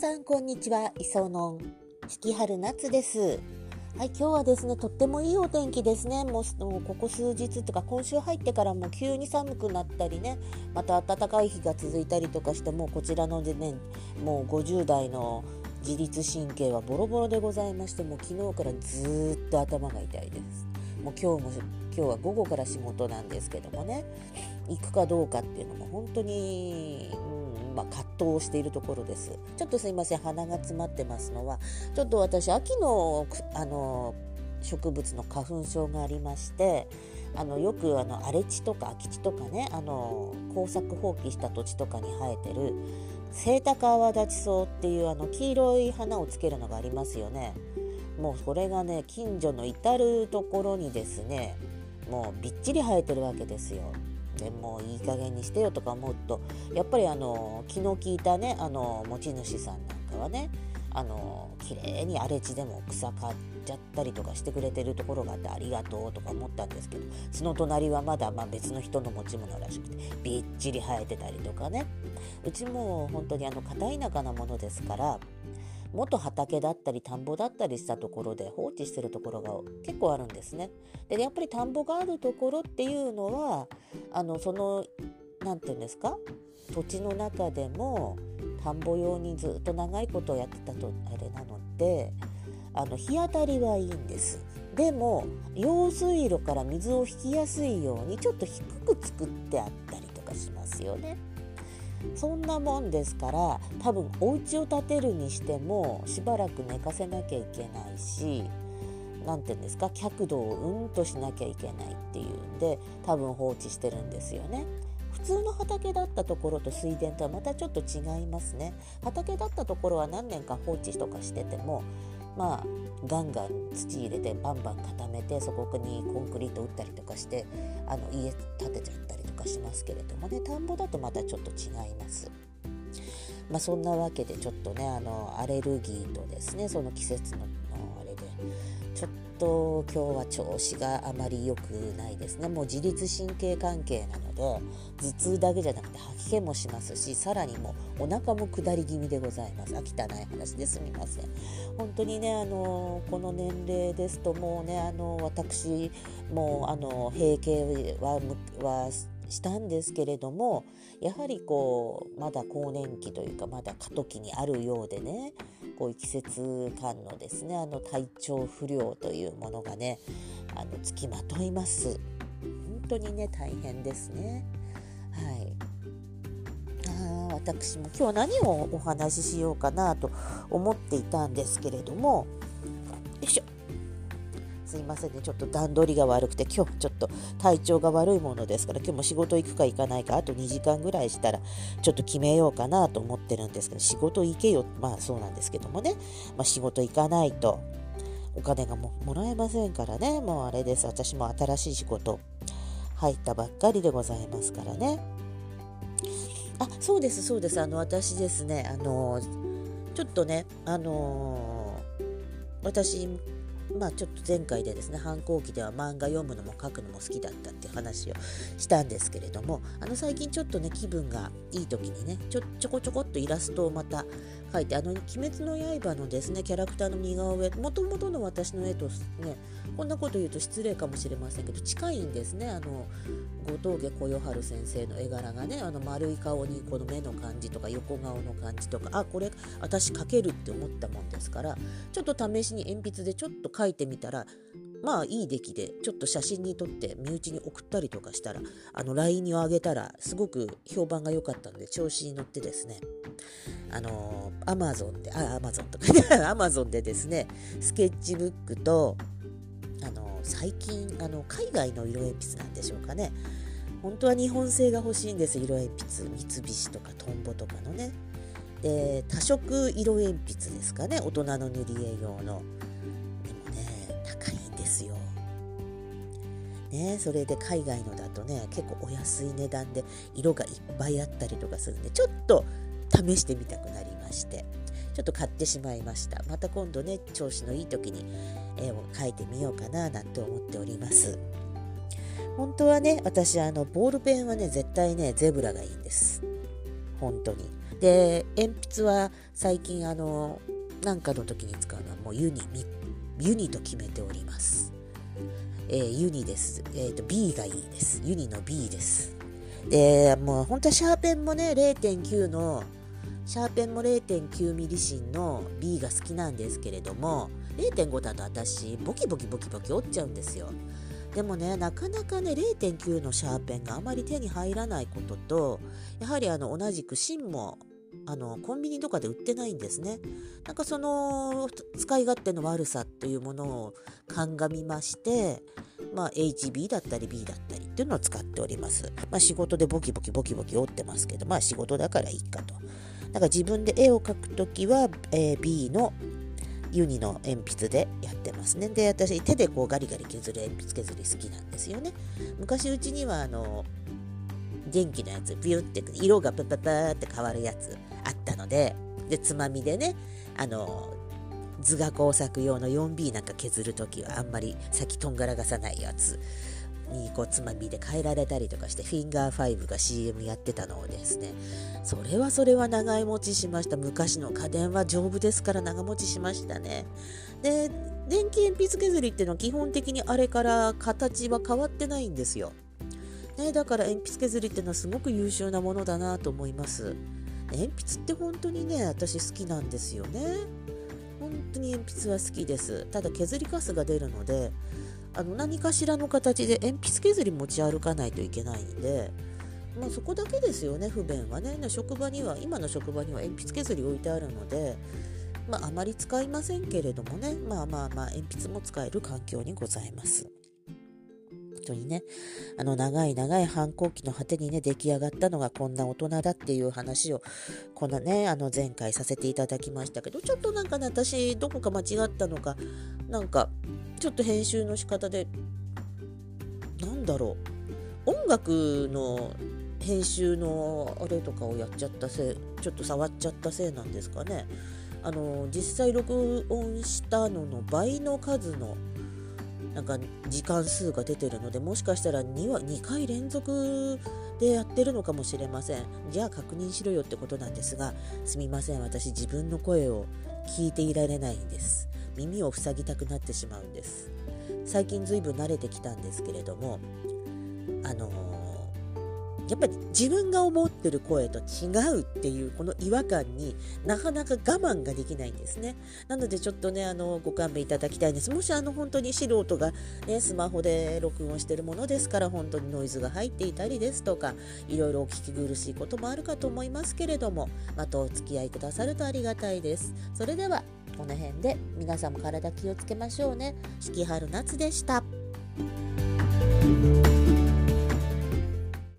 さんこんにちは。磯野四季春夏です。はい、今日はですね、とってもいいお天気ですね。もうここ数日とか今週入ってからも急に寒くなったりね、また暖かい日が続いたりとかして、もうこちらのでね、もう50代の自律神経はボロボロでございまして、もう昨日からずっと頭が痛いです。もう今日は午後から仕事なんですけどもね、行くかどうかっていうのも本当に、葛藤しているところです。ちょっとすいません、鼻が詰まってますのは、ちょっと私秋の植物の花粉症がありまして、よく荒れ地とか空き地とかね、耕作放棄した土地とかに生えてるセイタカアワダチソウっていう黄色い花をつけるのがありますよね。もうそれがね、近所の至るところにですね、もうびっちり生えてるわけですよ。でもいい加減にしてよとか思うと、やっぱり気の利いたね、持ち主さんなんかはね、綺麗に荒れ地でも草刈っちゃったりとかしてくれてるところがあって、ありがとうとか思ったんですけど、その隣はまだ別の人の持ち物らしくてびっちり生えてたりとかね。うちも本当に片田舎なものですから、元畑だったり田んぼだったりしたところで放置してるところが結構あるんですね。でやっぱり田んぼがあるところっていうのはなんていうんですか、土地の中でも田んぼ用にずっと長いことをやってたとあれなので、日当たりはいいんです。でも用水路から水を引きやすいようにちょっと低く作ってあったりとかしますよね。そんなもんですから、多分お家を建てるにしてもしばらく寝かせなきゃいけないし、なんていうんですか、角度をとしなきゃいけないっていうんで多分放置してるんですよね。普通の畑だったところと水田とはまたちょっと違いますね。畑だったところは何年か放置とかしてても、ガンガン土入れてバンバン固めて、そこにコンクリート打ったりとかして家建てちゃったりとかしますけれどもね、田んぼだとまたちょっと違います。そんなわけでちょっとね、アレルギーとですね、その季節のあれでちょっと今日は調子があまり良くないですね。もう自律神経関係なので、頭痛だけじゃなくて吐き気もしますし、さらにもうお腹も下り気味でございます。汚い話ですみません。本当にね、この年齢ですともうね、私も閉経はしたんですけれども、やはりまだ更年期というか、まだ過渡期にあるようでね、こういう季節感のですね、体調不良というものがね、つきまといます。本当にね、大変ですね。私も今日は何をお話ししようかなと思っていたんですけれども、よいしょ、すいませんね、ちょっと段取りが悪くて、今日ちょっと体調が悪いものですから、今日も仕事行くか行かないかあと2時間ぐらいしたらちょっと決めようかなと思ってるんですけど、仕事行けよ、そうなんですけどもね、仕事行かないとお金がもらえませんからね。もうあれです、私も新しい仕事入ったばっかりでございますからね。そうです、私ですね、ちょっとね、私ちょっと前回でですね、反抗期では漫画読むのも書くのも好きだったっていう話をしたんですけれども、最近ちょっとね、気分がいい時にね、ちょこちょこっとイラストをまた描いて、鬼滅の刃のですね、キャラクターの似顔絵、もともとの私の絵とね、こんなこと言うと失礼かもしれませんけど近いんですね。後藤家小夜春先生の絵柄がね、丸い顔にこの目の感じとか横顔の感じとか、これ私描けるって思ったもんですから、ちょっと試しに鉛筆でちょっと描いてみたら、いい出来で、ちょっと写真に撮って身内に送ったりとかしたら、LINE に上げたらすごく評判が良かったので調子に乗ってですね、Amazon でですね、スケッチブックと最近海外の色鉛筆なんでしょうかね、本当は日本製が欲しいんです。色鉛筆、三菱とかトンボとかのね。で多色色鉛筆ですかね、大人の塗り絵用の。でもね、高いんですよね。それで海外のだとね、結構お安い値段で色がいっぱいあったりとかするんで、ちょっと試してみたくなりまして、ちょっと買ってしまいました。また今度ね、調子のいい時に絵を描いてみようかななんて思っております。本当はね、私ボールペンはね、絶対ねゼブラがいいんです。本当にで鉛筆は最近なんかの時に使うのはもうユニと決めております。ユニです。B がいいです。ユニの B です。でもう本当はシャーペンも 0.9 ミリ芯の B が好きなんですけれども、 0.5 だと私ボキボキ折っちゃうんですよ。でもね、なかなかね 0.9 のシャーペンがあまり手に入らないことと、やはり同じく芯もコンビニとかで売ってないんですね。なんかその使い勝手の悪さっていうものを鑑みまして、HB だったり B だったりっていうのを使っております。仕事でボキボキ折ってますけど、仕事だからいいかと。だから自分で絵を描くときは、B のユニの鉛筆でやってますね。で、私手でこうガリガリ削る鉛筆削り好きなんですよね。昔うちには電気のやつビューって色がパパパって変わるやつあったので、つまみでね図画工作用の 4B なんか削るときはあんまり先とんがらがさないやつにこうつまみで変えられたりとかして、フィンガー5が CM やってたのをですね、それは長持ちしました。昔の家電は丈夫ですから長持ちしましたね。で、電気鉛筆削りっていうのは基本的にあれから形は変わってないんですよ。だから鉛筆削りっていうのはすごく優秀なものだなと思います。鉛筆って本当にね、私好きなんですよね。本当に鉛筆は好きです。ただ削りカスが出るので、何かしらの形で鉛筆削り持ち歩かないといけないんで、そこだけですよね、不便はね。今の職場には鉛筆削り置いてあるので、あまり使いませんけれどもね、鉛筆も使える環境にございます。本当にね、長い反抗期の果てにね出来上がったのがこんな大人だっていう話をこのね前回させていただきましたけど、ちょっとなんかね、私どこか間違ったのか、なんかちょっと編集の仕方で音楽の編集のあれとかをやっちゃったせい、ちょっと触っちゃったせいなんですかね。実際録音したのの倍の数のなんか時間数が出てるので、もしかしたら2回連続でやってるのかもしれません。じゃあ確認しろよってことなんですが、すみません、私自分の声を聞いていられないんです。耳を塞ぎたくなってしまうんです。最近ずいぶん慣れてきたんですけれども、やっぱり自分が思ってる声と違うっていうこの違和感になかなか我慢ができないんですね。なのでちょっとねご勘弁いただきたいんです。もし本当に素人がねスマホで録音してるものですから、本当にノイズが入っていたりですとか、いろいろお聞き苦しいこともあるかと思いますけれども、またお付き合いくださるとありがたいです。それではこの辺で皆さんも体気をつけましょうね。四季春夏でした。